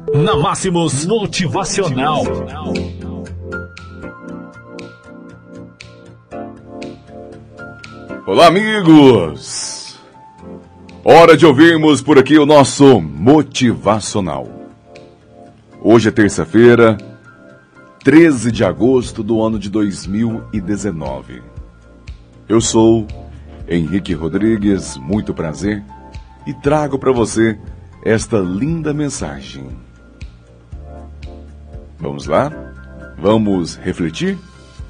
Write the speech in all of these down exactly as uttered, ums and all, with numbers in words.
Na Máximos Motivacional. Olá, amigos! Hora de ouvirmos por aqui o nosso Motivacional. Hoje é terça-feira, treze de agosto do ano de dois mil e dezenove. Eu sou Henrique Rodrigues, muito prazer, e trago para você esta linda mensagem. Vamos lá? Vamos refletir?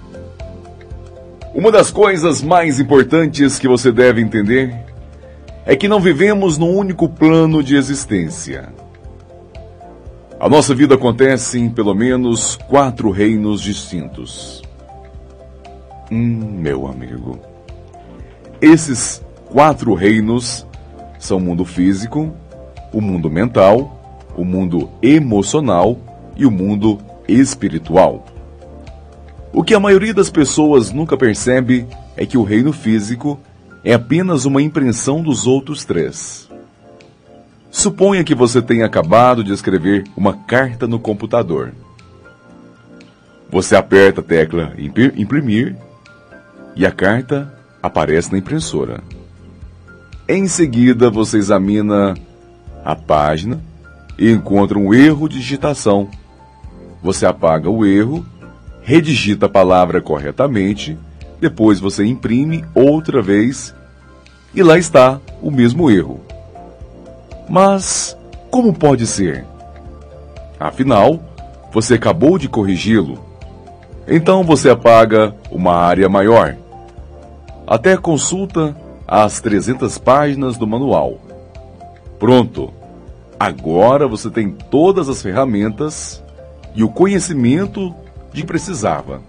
Uma das coisas mais importantes que você deve entender é que não vivemos num único plano de existência. A nossa vida acontece em pelo menos quatro reinos distintos. Hum, meu amigo. Esses quatro reinos são o mundo físico, o mundo mental, o mundo emocional e o mundo espiritual. O que a maioria das pessoas nunca percebe é que o reino físico é apenas uma impressão dos outros três. Suponha que você tenha acabado de escrever uma carta no computador. Você aperta a tecla imprimir e a carta aparece na impressora. Em seguida, você examina a página e encontra um erro de digitação. Você apaga o erro, redigita a palavra corretamente, depois você imprime outra vez e lá está o mesmo erro. Mas como pode ser? Afinal, você acabou de corrigi-lo. Então você apaga uma área maior. Até consulta as trezentas páginas do manual. Pronto! Agora você tem todas as ferramentas e o conhecimento de que precisava.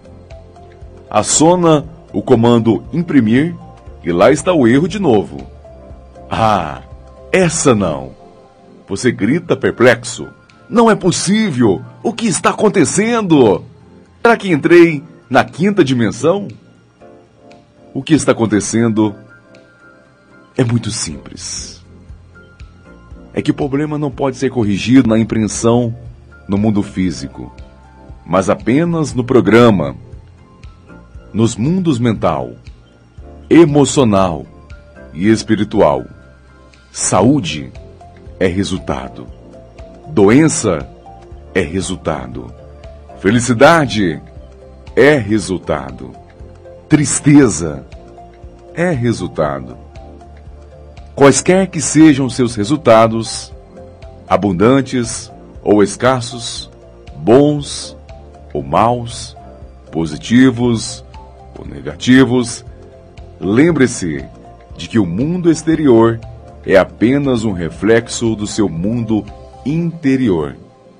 Aciona o comando imprimir e lá está o erro de novo. Ah, essa não! Você grita perplexo. Não é possível! O que está acontecendo? Será que entrei na quinta dimensão? O que está acontecendo é muito simples. É que o problema não pode ser corrigido na impressão no mundo físico, mas apenas no programa, nos mundos mental, emocional e espiritual. Saúde é resultado. Doença é resultado. Felicidade é resultado. Tristeza é resultado. Quaisquer que sejam seus resultados, abundantes ou escassos, bons ou maus, positivos ou negativos, lembre-se de que o mundo exterior é apenas um reflexo do seu mundo interior.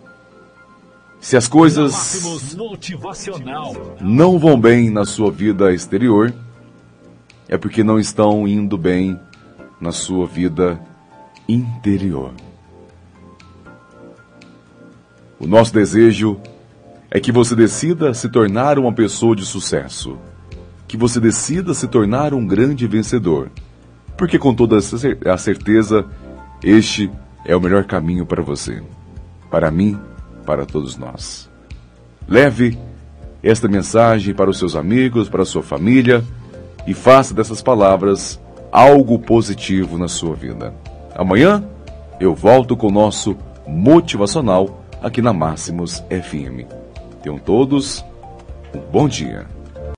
Se as coisas não vão bem na sua vida exterior, é porque não estão indo bem na sua vida interior. O nosso desejo é que você decida se tornar uma pessoa de sucesso, que você decida se tornar um grande vencedor, porque com toda a certeza, este é o melhor caminho para você, para mim, para todos nós. Leve esta mensagem para os seus amigos, para a sua família e faça dessas palavras algo positivo na sua vida. Amanhã eu volto com o nosso Motivacional aqui na Máximos F M. Tenham todos um bom dia.